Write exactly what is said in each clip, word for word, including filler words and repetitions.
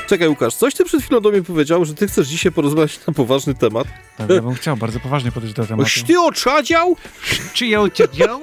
Czekaj, Łukasz, coś ty przed chwilą do mnie powiedział, że ty chcesz dzisiaj porozmawiać na poważny temat. Tak, ja bym chciał bardzo poważnie podejść do tematu. Ty oczadział? Czy ja oczadział?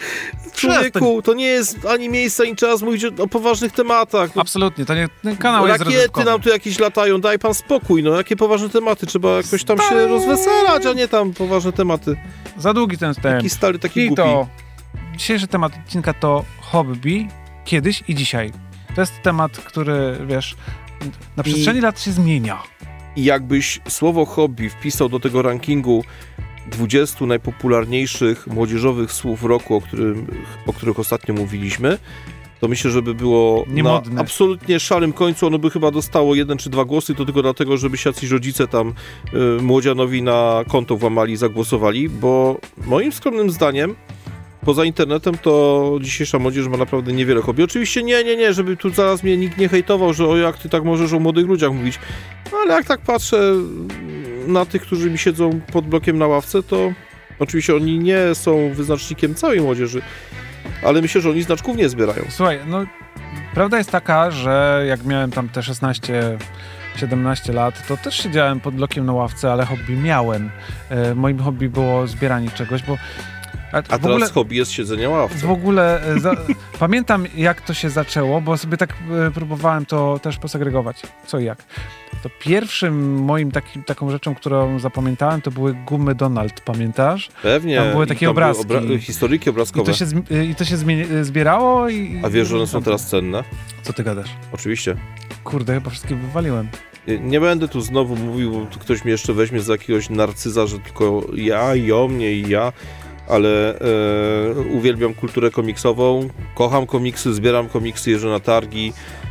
Człowieku, to nie jest ani miejsce, ani czas mówić o, o poważnych tematach. No, absolutnie, to nie, ten kanał jest rakiety rozrywkowy. nam tu jakieś latają, daj pan spokój, no jakie poważne tematy, trzeba jakoś tam Stary. się rozweselać, a nie tam poważne tematy. Za długi ten wstęp. Taki stary, taki I głupi. to dzisiejszy temat odcinka to hobby, kiedyś i dzisiaj. To jest temat, który, wiesz, na przestrzeni I... lat się zmienia. I jakbyś słowo hobby wpisał do tego rankingu dwudziestu najpopularniejszych młodzieżowych słów roku, o, którym, o których ostatnio mówiliśmy, to myślę, że by było niemodne. Na absolutnie szarym końcu. Ono by chyba dostało jeden czy dwa głosy, to tylko dlatego, żeby się jacyś rodzice tam y, młodzianowi na konto włamali i zagłosowali, bo moim skromnym zdaniem poza internetem to dzisiejsza młodzież ma naprawdę niewiele hobby. Oczywiście nie, nie, nie, żeby tu zaraz mnie nikt nie hejtował, że o jak ty tak możesz o młodych ludziach mówić. No, ale jak tak patrzę na tych, którzy mi siedzą pod blokiem na ławce, to oczywiście oni nie są wyznacznikiem całej młodzieży, ale myślę, że oni znaczków nie zbierają. Słuchaj, no prawda jest taka, że jak miałem tam te szesnaście siedemnaście lat, to też siedziałem pod blokiem na ławce, ale hobby miałem. E, moim hobby było zbieranie czegoś, bo A, A teraz ogóle, hobby jest siedzenie na ławce. W ogóle za, pamiętam, jak to się zaczęło, bo sobie tak e, próbowałem to też posegregować, co i jak. To pierwszym moim takim, taką rzeczą, którą zapamiętałem, to były gumy Donald, pamiętasz? Pewnie. Tam były takie tam obrazki. Były obra- historyjki obrazkowe. I to się, i to się zmieni- zbierało i... A wiesz, że one są teraz cenne? Co ty gadasz? Oczywiście. Kurde, chyba wszystkie wywaliłem. Nie będę tu znowu mówił, bo tu ktoś mnie jeszcze weźmie za jakiegoś narcyza, że tylko ja i o mnie i ja, ale e, uwielbiam kulturę komiksową, kocham komiksy, zbieram komiksy, jeżdżę na targi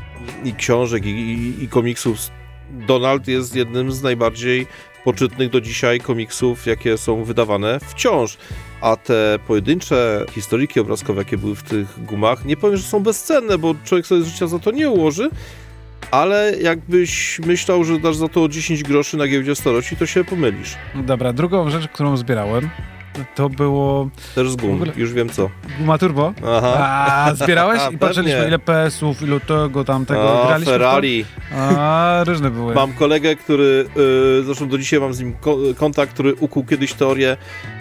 i książek i, i, i komiksów. Donald jest jednym z najbardziej poczytnych do dzisiaj komiksów, jakie są wydawane wciąż. A te pojedyncze historyki obrazkowe, jakie były w tych gumach, nie powiem, że są bezcenne, bo człowiek sobie życia za to nie ułoży, ale jakbyś myślał, że dasz za to dziesięć groszy na giełdzie staroci, to się pomylisz. Dobra, drugą rzecz, którą zbierałem, to było... Też z gum, ogóle... już wiem co. Guma turbo? Aha. A, zbierałeś? I patrzyliśmy, ile P S ów, ile tego, tamtego. A, graliśmy Ferrari. A, różne były. Mam kolegę, który, yy, zresztą do dzisiaj mam z nim ko- kontakt, który ukuł kiedyś teorię,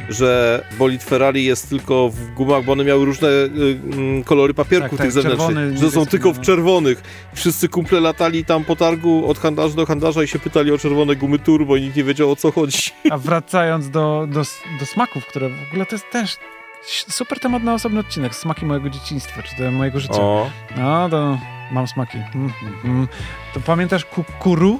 że bolid Ferrari jest tylko w gumach, bo one miały różne yy, kolory papierków tak, tych tak, zewnętrznych, czerwony, że są tylko w no. czerwonych. Wszyscy kumple latali tam po targu od handlarza do handlarza i się pytali o czerwone gumy turbo i nikt nie wiedział, o co chodzi. A wracając do, do, do smaków, które w ogóle to jest też super temat na osobny odcinek. Smaki mojego dzieciństwa, czy to mojego życia. O. No, to mam smaki. Mm, mm. To pamiętasz kukuru?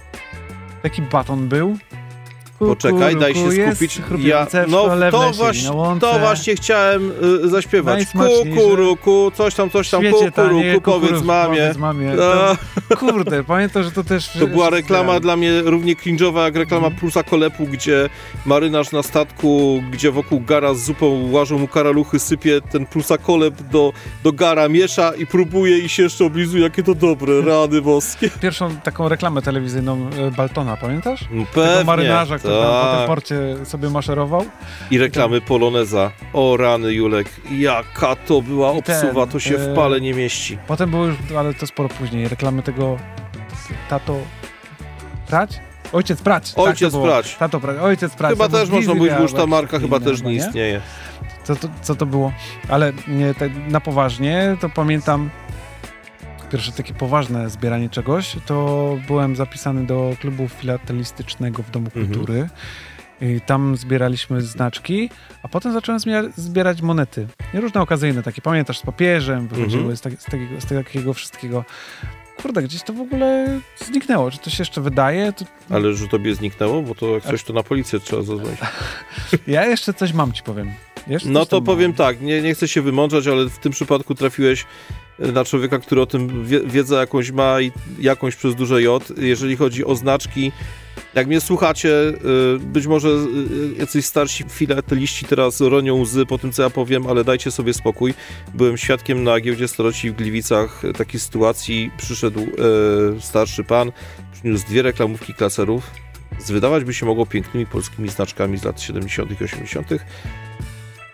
Taki baton był? Kukuru, Poczekaj, daj się skupić. Ja, no to, właśnie, to właśnie chciałem y, zaśpiewać. Kukuruku, coś tam, coś tam, kukuruku, powiedz mamie. Powiedz mamie. To, kurde, pamiętam, że to też... To była reklama że... dla mnie równie cringe'owa jak reklama Prusa Kolepu, gdzie marynarz na statku, gdzie wokół gara z zupą łażą mu karaluchy, sypie ten Prusa Kolep do, do gara, miesza i próbuje i się jeszcze oblizuje, jakie to dobre, rany boskie. Pierwszą taką reklamę telewizyjną Baltona, pamiętasz? No pewnie. Tego marynarza, który tam po tym porcie sobie maszerował. I reklamy Poloneza. O rany, Julek, jaka to była obsuwa, to się w pale nie mieści. Potem było już, ale to sporo później, reklamy tego tato prać? Ojciec prać. Ojciec tak prać. Tato prać. Ojciec prać. Chyba też można mówić, bo już ta marka chyba też nie, nie istnieje. Co to, co to było? Ale nie, te, na poważnie to pamiętam pierwsze takie poważne zbieranie czegoś, to byłem zapisany do klubu filatelistycznego w Domu Kultury. Mhm. I tam zbieraliśmy znaczki, a potem zacząłem zmia- zbierać monety. I różne okazyjne takie, pamiętasz, z papieżem wychodziły, mhm. z, tak, z, takiego, z takiego wszystkiego. Kurde, gdzieś to w ogóle zniknęło. Czy to się jeszcze wydaje? To... Ale że tobie zniknęło? Bo to jak coś, to na policję trzeba zadzwonić. Ja jeszcze coś mam, ci powiem. Jeszcze no to powiem mam. tak, nie, nie chcę się wymądrzać, ale w tym przypadku trafiłeś na człowieka, który o tym wie, wiedzę jakąś ma i jakąś przez duże J. Jeżeli chodzi o znaczki, jak mnie słuchacie, być może jacyś starsi filateliści teraz ronią łzy po tym, co ja powiem, ale dajcie sobie spokój. Byłem świadkiem na giełdzie staroci w Gliwicach takiej sytuacji. Przyszedł e, starszy pan, przyniósł dwie reklamówki klaserów. Zwydawać by się mogło pięknymi polskimi znaczkami z lat siedemdziesiątych i osiemdziesiątych.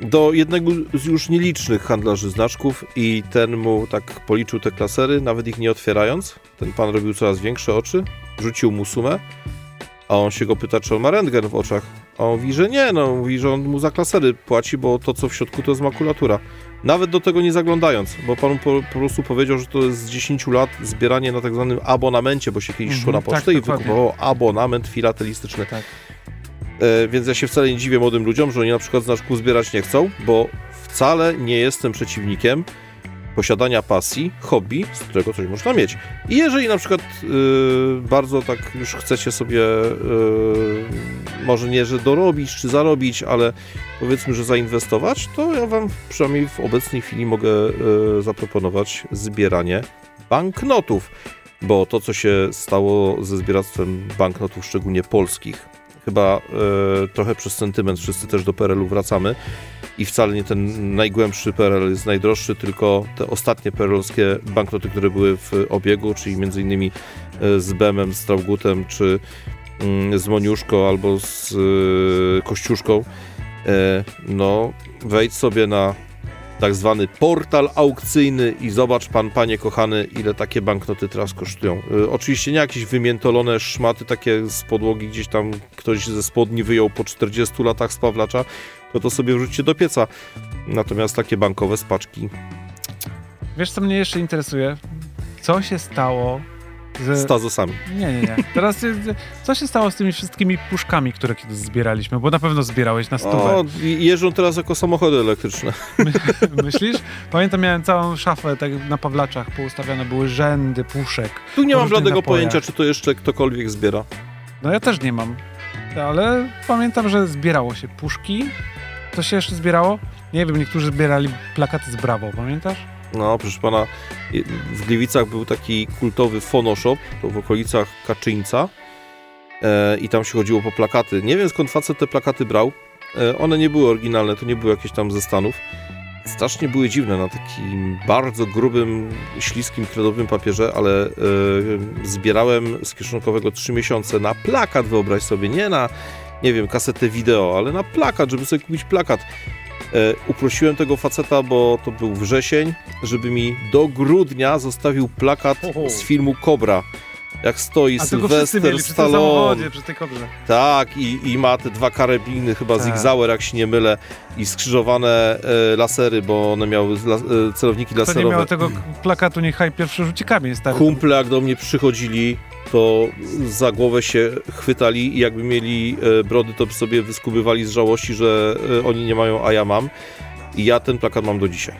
do jednego z już nielicznych handlarzy znaczków i ten mu tak policzył te klasery, nawet ich nie otwierając. Ten pan robił coraz większe oczy, rzucił mu sumę, a on się go pyta, czy on ma rentgen w oczach. A on mówi, że nie, no mówi, że on mu za klasery płaci, bo to, co w środku, to jest makulatura. Nawet do tego nie zaglądając, bo pan po, po prostu powiedział, że to jest z dziesięciu lat zbieranie na tak zwanym abonamencie, bo się kiedyś szło na pocztę tak, i wykupywało abonament filatelistyczny. Tak. E, więc ja się wcale nie dziwię młodym ludziom, że oni na przykład znaczków zbierać nie chcą, bo wcale nie jestem przeciwnikiem posiadania pasji, hobby, z którego coś można mieć. I jeżeli na przykład yy, bardzo tak już chcecie sobie yy, może nie, że dorobić czy zarobić, ale powiedzmy, że zainwestować, to ja wam przynajmniej w obecnej chwili mogę yy, zaproponować zbieranie banknotów, bo to, co się stało ze zbieractwem banknotów, szczególnie polskich, chyba e, trochę przez sentyment wszyscy też do P R L u wracamy i wcale nie ten najgłębszy P R L jest najdroższy, tylko te ostatnie P R L-owskie banknoty, które były w obiegu, czyli między innymi e, z Bemem, z Traugutem, czy mm, z Moniuszko albo z e, Kościuszką. E, no, wejdź sobie na tak zwany portal aukcyjny i zobacz pan, panie kochany, ile takie banknoty teraz kosztują. Y, oczywiście nie jakieś wymiętolone szmaty, takie z podłogi gdzieś tam ktoś ze spodni wyjął po czterdziestu latach z Pawlacza, to to sobie wrzućcie do pieca. Natomiast takie bankowe z paczki. Wiesz, co mnie jeszcze interesuje? Co się stało z... Z tazosami. Nie, nie, nie. Teraz co się stało z tymi wszystkimi puszkami, które kiedyś zbieraliśmy? Bo na pewno zbierałeś na stówę. O, jeżdżą teraz jako samochody elektryczne. My, myślisz? Pamiętam, miałem całą szafę, tak na Pawlaczach poustawiane były rzędy puszek. Tu nie mam bladego pojęcia, czy to jeszcze ktokolwiek zbiera. No ja też nie mam. Ale pamiętam, że zbierało się puszki. Co się jeszcze zbierało? Nie wiem, niektórzy zbierali plakaty z Brawo, pamiętasz? No, proszę pana, w Gliwicach był taki kultowy Phonoshop, to w okolicach Kaczyńca e, i tam się chodziło po plakaty. Nie wiem, skąd facet te plakaty brał. E, one nie były oryginalne, to nie były jakieś tam ze Stanów. Strasznie były dziwne na takim bardzo grubym, śliskim, kredowym papierze, ale e, zbierałem z kieszonkowego trzy miesiące na plakat, wyobraź sobie, nie na, nie wiem, kasetę wideo, ale na plakat, żeby sobie kupić plakat. E, uprosiłem tego faceta, bo to był wrzesień, żeby mi do grudnia zostawił plakat Oho. z filmu Kobra. Jak stoi A Sylwester Stallone. Przy tej Kobrze. Tak, i, i ma te dwa karabiny, chyba tak. Zig Zauer, jak się nie mylę, i skrzyżowane e, lasery, bo one miały la, e, celowniki to laserowe. To nie miało tego plakatu, niechaj pierwszy rzuci kamień, stary. Kumple, jak do mnie przychodzili, to za głowę się chwytali i jakby mieli e, brody, to by sobie wyskubywali z żałości, że e, oni nie mają, a ja mam. I ja ten plakat mam do dzisiaj.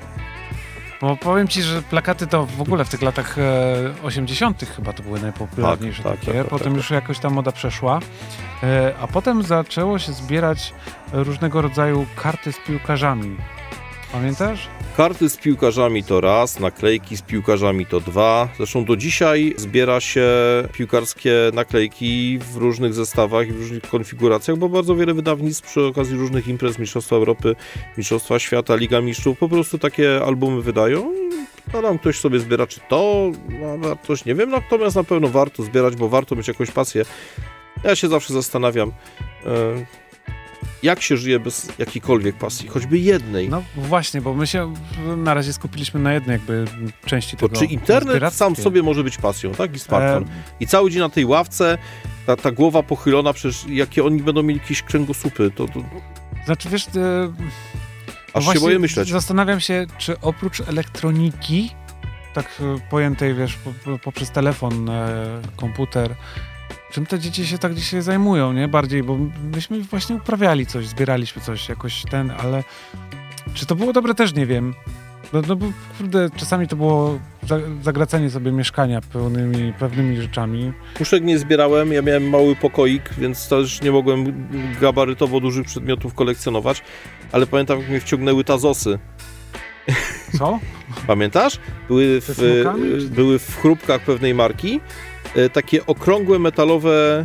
Bo powiem ci, że plakaty to w ogóle w tych latach e, osiemdziesiątych chyba to były najpopularniejsze tak, takie. Tak, tak, potem tak, tak. już jakoś ta moda przeszła. E, a potem zaczęło się zbierać różnego rodzaju karty z piłkarzami. Pamiętasz? Karty z piłkarzami to raz, naklejki z piłkarzami to dwa. Zresztą do dzisiaj zbiera się piłkarskie naklejki w różnych zestawach i w różnych konfiguracjach, bo bardzo wiele wydawnictw przy okazji różnych imprez, Mistrzostwa Europy, Mistrzostwa Świata, Liga Mistrzów po prostu takie albumy wydają. No tam ktoś sobie zbiera, czy to ma wartość, nie wiem, natomiast na pewno warto zbierać, bo warto mieć jakąś pasję. Ja się zawsze zastanawiam, yy, jak się żyje bez jakiejkolwiek pasji, choćby jednej. No właśnie, bo my się na razie skupiliśmy na jednej jakby części bo tego. Czy internet sam sobie może być pasją, tak? I smartfon. E... I cały dzień na tej ławce, ta, ta głowa pochylona, przecież jakie oni będą mieli jakieś kręgosłupy, to... to... Znaczy, wiesz... E... Aż no się boję myśleć. Zastanawiam się, czy oprócz elektroniki, tak pojętej, wiesz, po, poprzez telefon, e, komputer, czym te dzieci się tak dzisiaj zajmują, nie? Bardziej, bo myśmy właśnie uprawiali coś, zbieraliśmy coś, jakoś ten, ale czy to było dobre, też nie wiem. No, no bo kurde, czasami to było za, zagracanie sobie mieszkania pełnymi, pewnymi rzeczami. Puszek nie zbierałem, ja miałem mały pokoik, więc też nie mogłem gabarytowo dużych przedmiotów kolekcjonować, ale pamiętam, jak mnie wciągnęły tazosy. Co? Pamiętasz? Były w, były w chrupkach pewnej marki takie okrągłe, metalowe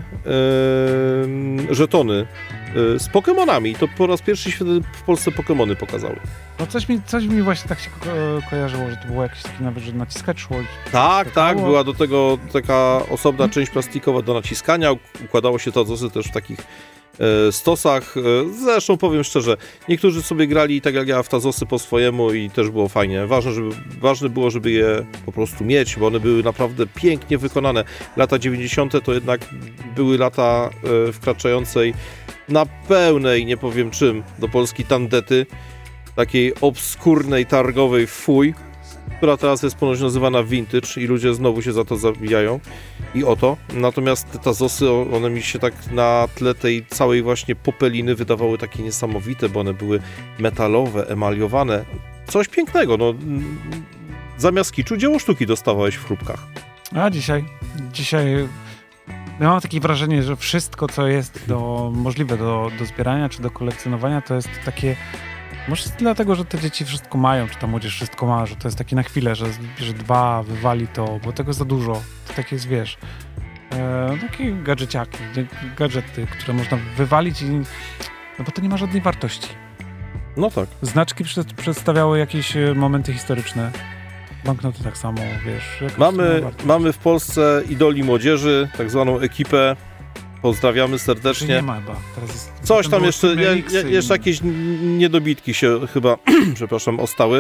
e, żetony e, z Pokemonami. To po raz pierwszy się w Polsce Pokemony pokazały. No coś mi, coś mi właśnie tak się ko kojarzyło, że to było jakieś takie nawet, że naciskać szło. Tak, tak, była do tego taka osobna hmm. część plastikowa do naciskania. Układało się tazosy też w takich e, stosach. E, zresztą powiem szczerze, niektórzy sobie grali tak jak ja w Tazosy po swojemu i też było fajnie. Ważne, żeby, ważne było, żeby je po prostu mieć, bo one były naprawdę pięknie wykonane. Lata dziewięćdziesiąte to jednak były lata e, wkraczającej na pełnej, nie powiem czym, do Polski tandety, takiej obskurnej, targowej fuj, która teraz jest ponoć nazywana vintage i ludzie znowu się za to zabijają i o to. Natomiast te Tazosy, one mi się tak na tle tej całej właśnie popeliny wydawały takie niesamowite, bo one były metalowe, emaliowane. Coś pięknego, no. Zamiast kiczu dzieło sztuki dostawałeś w chrupkach. A dzisiaj, dzisiaj ja mam takie wrażenie, że wszystko, co jest do, możliwe do, do zbierania czy do kolekcjonowania, to jest takie. Może dlatego, że te dzieci wszystko mają, czy ta młodzież wszystko ma, że to jest takie na chwilę, że bierze dwa, wywali to, bo tego za dużo. To takie jest, wiesz, e, takie gadżeciaki, gadżety, które można wywalić i... No bo to nie ma żadnej wartości. No tak. Znaczki przed, przedstawiały jakieś momenty historyczne. Banknoty tak samo, wiesz. Mamy, mamy w Polsce idoli młodzieży, tak zwaną ekipę. Pozdrawiamy serdecznie. Nie ma chyba. Teraz jest, Coś tam jeszcze, je, je, jeszcze jakieś niedobitki się chyba, przepraszam, ostały.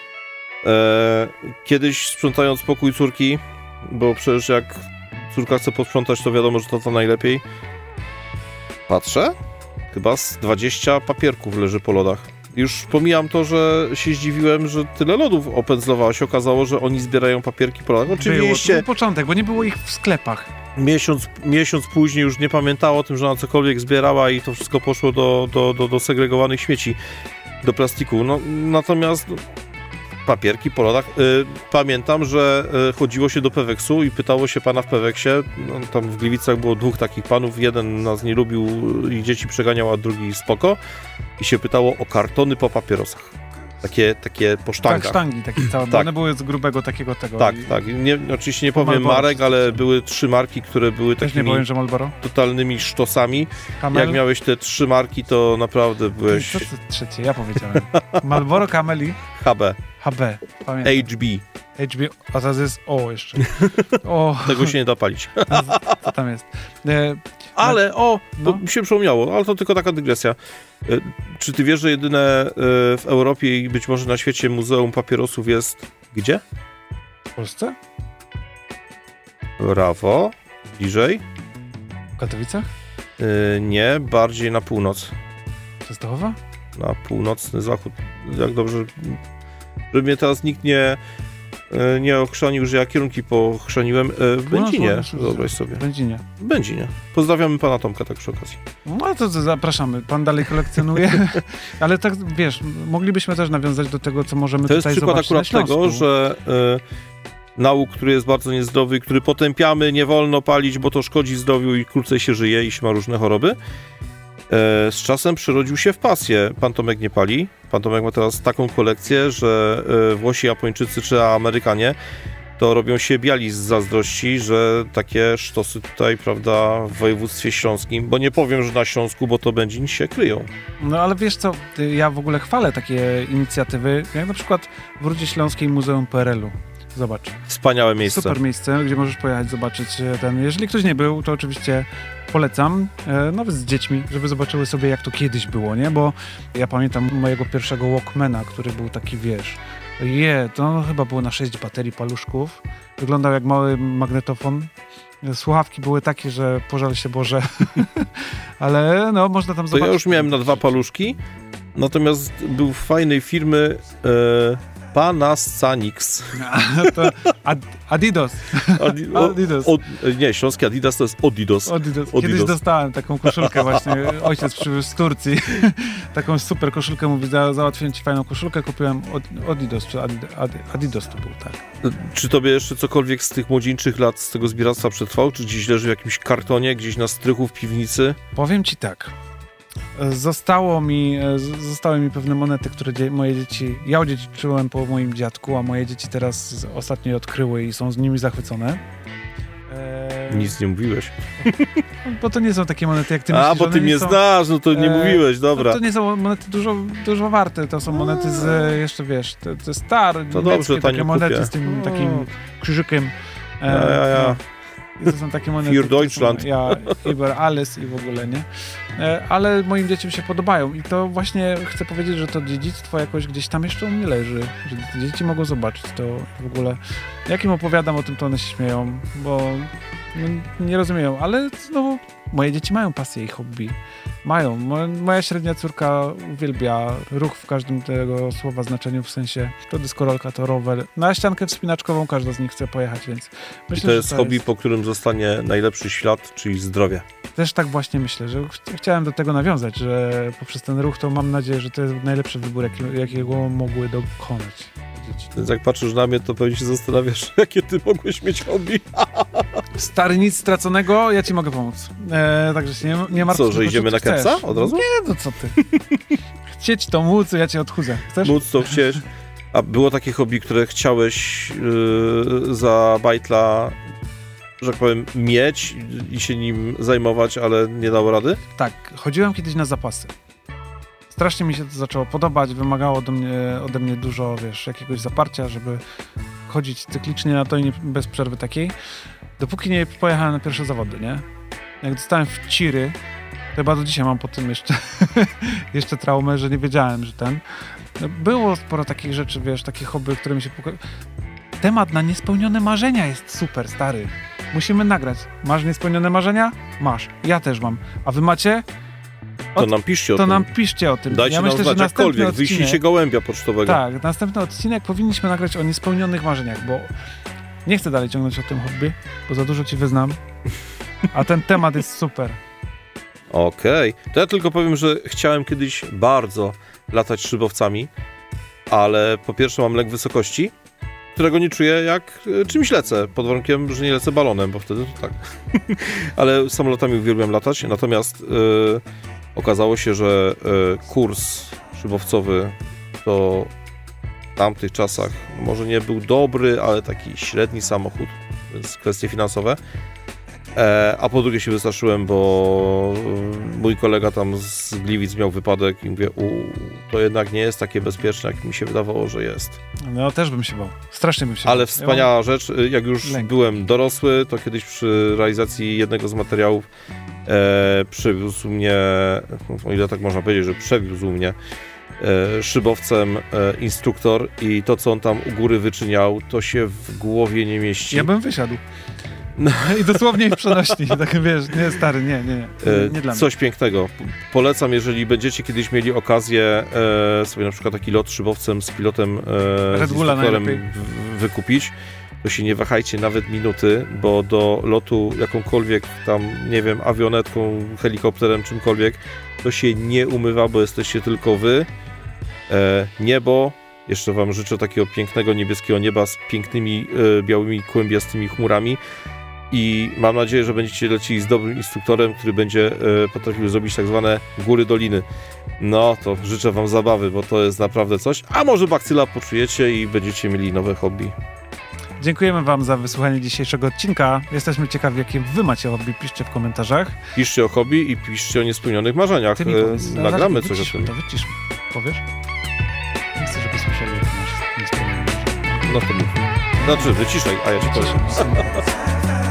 E, kiedyś sprzątając pokój córki, bo przecież jak córka chce posprzątać, to wiadomo, że to to najlepiej. Patrzę, chyba z dwadzieścia papierków leży po lodach. Już pomijam to, że się zdziwiłem, że tyle lodów opędzlowało. Się okazało, że oni zbierają papierki po lodach. Oczywiście. Było, to był początek, bo nie było ich w sklepach. Miesiąc, miesiąc później już nie pamiętała o tym, że ona cokolwiek zbierała i to wszystko poszło do, do, do, do segregowanych śmieci, do plastiku. No, natomiast papierki po lodach. Y, pamiętam, że y, chodziło się do Peweksu i pytało się pana w Peweksie. No, tam w Gliwicach było dwóch takich panów. Jeden nas nie lubił i dzieci przeganiał, a drugi spoko. I się pytało o kartony po papierosach. Takie, takie po sztangach. Tak, sztangi takie całe, tak. Bo one były z grubego takiego tego. Tak, i... tak. Nie, oczywiście nie powiem Marlboro marek, ale były trzy marki, które były Też takimi nie powiem, że Marlboro? totalnymi sztosami. Camel? Jak miałeś te trzy marki, to naprawdę byłeś... Co to trzecie? Ja powiedziałem. Marlboro, Camel i H B. H B. Pamiętam. H B. H B, a teraz jest O jeszcze. O. Tego się nie da palić. Co tam jest? E, ale, o, no. to mi się przypomniało, ale to tylko taka dygresja. E, czy ty wiesz, że jedyne e, w Europie i być może na świecie muzeum papierosów jest gdzie? W Polsce? Brawo. Bliżej? W Katowicach? E, nie, bardziej na północ. Częstochowa? Na północny zachód. Jak dobrze... Żeby mnie teraz nikt nie... nie ochrzanił, że ja kierunki pochrzaniłem. W Będzinie, wyobraź sobie. W Będzinie. W Będzinie. Pozdrawiamy pana Tomka tak przy okazji. No to, to zapraszamy. Pan dalej kolekcjonuje. Ale tak, wiesz, moglibyśmy też nawiązać do tego, co możemy to tutaj zobaczyć To jest przykład akurat tego, że y, nauk, który jest bardzo niezdrowy, który potępiamy, nie wolno palić, bo to szkodzi zdrowiu i krócej się żyje i się ma różne choroby. Z czasem przyrodził się w pasję. Pan Tomek nie pali. Pan Tomek ma teraz taką kolekcję, że Włosi, Japończycy czy Amerykanie to robią się biali z zazdrości, że takie sztosy tutaj, prawda, w województwie śląskim, bo nie powiem, że na Śląsku, bo to Będzin się kryją. No ale wiesz co, ja w ogóle chwalę takie inicjatywy, jak na przykład w Rudzie Śląskiej Muzeum P R L u. Zobacz. Wspaniałe miejsce. Super miejsce, gdzie możesz pojechać, zobaczyć ten. Jeżeli ktoś nie był, to oczywiście polecam, e, nawet z dziećmi, żeby zobaczyły sobie, jak to kiedyś było, nie? Bo ja pamiętam mojego pierwszego Walkmana, który był taki, wiesz, je, to chyba było na sześć baterii paluszków. Wyglądał jak mały magnetofon. Słuchawki były takie, że pożal się Boże. Ale no, można tam zobaczyć. To ja już miałem na dwa paluszki, natomiast był fajnej firmy e... Panasonics. To ad, Adidas. Adi, o, Adidas. Od, nie, śląski Adidas to jest Adidas. Adidas. Adidas. Kiedyś dostałem taką koszulkę właśnie. Ojciec przywiózł z Turcji. Taką super koszulkę. Mówi, za, załatwiłem ci fajną koszulkę. Kupiłem Adidas, czy Adidas, Adidas to był, tak. Czy tobie jeszcze cokolwiek z tych młodzieńczych lat, z tego zbieractwa przetrwał? Czy gdzieś leży w jakimś kartonie, gdzieś na strychu w piwnicy? Powiem ci tak. Zostało mi, zostały mi pewne monety, które dzie- moje dzieci, ja odziedziczyłem po moim dziadku, a moje dzieci teraz ostatnio je odkryły i są z nimi zachwycone. Eee... Nic nie mówiłeś. Bo to nie są takie monety, jak ty a, myślisz. A, bo ty mnie są... znasz, no to nie eee... mówiłeś, dobra. To, to nie są monety dużo, dużo warte, to są monety z, jeszcze wiesz, to, to jest star, to dobrze, takie monety kupię. z tym takim krzyżykiem. Eee, ja, ja, ja. I to są takie monety. Für Deutschland. Są, ja, über alles i w ogóle, nie? Ale moim dzieciom się podobają i to właśnie chcę powiedzieć, że to dziedzictwo jakoś gdzieś tam jeszcze u mnie leży, że dzieci mogą zobaczyć to w ogóle. Jak im opowiadam o tym, to one się śmieją, bo nie rozumieją, ale znowu moje dzieci mają pasję i hobby. Mają. Moja średnia córka uwielbia ruch w każdym tego słowa znaczeniu, w sensie to dyskorolka, to rower. Na ściankę wspinaczkową każda z nich chce pojechać, więc myślę, I to jest że to hobby, jest... po którym zostanie najlepszy ślad, czyli zdrowie. Też tak właśnie myślę, że ch chciałem do tego nawiązać, że poprzez ten ruch to mam nadzieję, że to jest najlepszy wybór, jaki, jakiego mogły dokonać dzieci. Więc jak patrzysz na mnie, to pewnie się zastanawiasz, jakie ty mogłeś mieć hobby. Stary, nic straconego, ja ci mogę pomóc. E, także się nie, nie martw. Co, że idziemy na kepsa od razu? Nie, no co ty. Chcieć to móc, ja cię odchudzę. Chcesz? Móc to chcieć. A było takie hobby, które chciałeś yy, za bajtla, że tak powiem, mieć i się nim zajmować, ale nie dało rady? Tak, chodziłem kiedyś na zapasy. Strasznie mi się to zaczęło podobać, wymagało ode mnie, ode mnie dużo, wiesz, jakiegoś zaparcia, żeby chodzić cyklicznie na to i nie, bez przerwy takiej. Dopóki nie pojechałem na pierwsze zawody, nie? Jak dostałem w ciry, to chyba do dzisiaj mam po tym jeszcze, jeszcze traumę, że nie wiedziałem, że ten... Było sporo takich rzeczy, wiesz, takich hobby, które mi się... Poka... Temat na niespełnione marzenia jest super, stary. Musimy nagrać. Masz niespełnione marzenia? Masz. Ja też mam. A wy macie? To nam piszcie o to tym. To nam piszcie o tym. Dajcie ja nam myślę, znać że jakkolwiek. odcinek... Wyślijcie gołębia pocztowego. Tak, następny odcinek powinniśmy nagrać o niespełnionych marzeniach, bo nie chcę dalej ciągnąć o tym hobby, bo za dużo ci wyznam. A ten temat jest super. Okej. Okay. To ja tylko powiem, że chciałem kiedyś bardzo latać szybowcami, ale po pierwsze mam lęk wysokości, którego nie czuję jak czymś lecę, pod warunkiem, że nie lecę balonem, bo wtedy to tak. Ale samolotami uwielbiam latać, natomiast yy, okazało się, że yy, kurs szybowcowy to w tamtych czasach może nie był dobry, ale taki średni samochód, więc kwestie finansowe. E, a po drugie się wystraszyłem, bo mój kolega tam z Gliwic miał wypadek i mówię, u, to jednak nie jest takie bezpieczne, jak mi się wydawało, że jest. No też bym się bał. Strasznie bym się Ale bał. wspaniała ja mam... rzecz, jak już lęk. byłem dorosły, to kiedyś przy realizacji jednego z materiałów e, przywiózł mnie, o ile tak można powiedzieć, że przewiózł mnie e, szybowcem e, instruktor i to, co on tam u góry wyczyniał, to się w głowie nie mieści. Ja bym wysiadł. No. I dosłownie w przenośni, tak wiesz, nie stary, nie, nie, nie, nie dla mnie. Coś pięknego. Polecam, jeżeli będziecie kiedyś mieli okazję e, sobie na przykład taki lot szybowcem z pilotem, e, Red z Bulla instruktorem w, wykupić, to się nie wahajcie nawet minuty, bo do lotu jakąkolwiek tam, nie wiem, awionetką, helikopterem, czymkolwiek, to się nie umywa, bo jesteście tylko wy, e, niebo. Jeszcze wam życzę takiego pięknego niebieskiego nieba z pięknymi, e, białymi, kłębiastymi chmurami. I mam nadzieję, że będziecie lecieli z dobrym instruktorem, który będzie e, potrafił zrobić tak zwane góry doliny. No to życzę wam zabawy, bo to jest naprawdę coś. A może bakcyla poczujecie i będziecie mieli nowe hobby. Dziękujemy wam za wysłuchanie dzisiejszego odcinka. Jesteśmy ciekawi, jakie wy macie hobby. Piszcie w komentarzach. Piszcie o hobby i piszcie o niespełnionych marzeniach. Ty mi powiedz, e, nagramy coś wycisz, o tym. To wycisz. Powiesz? Nie chcę, żeby słyszeli, jak masz niespełnione marzenia. No to mów. Znaczy, wyciszaj, a ja ci powiem.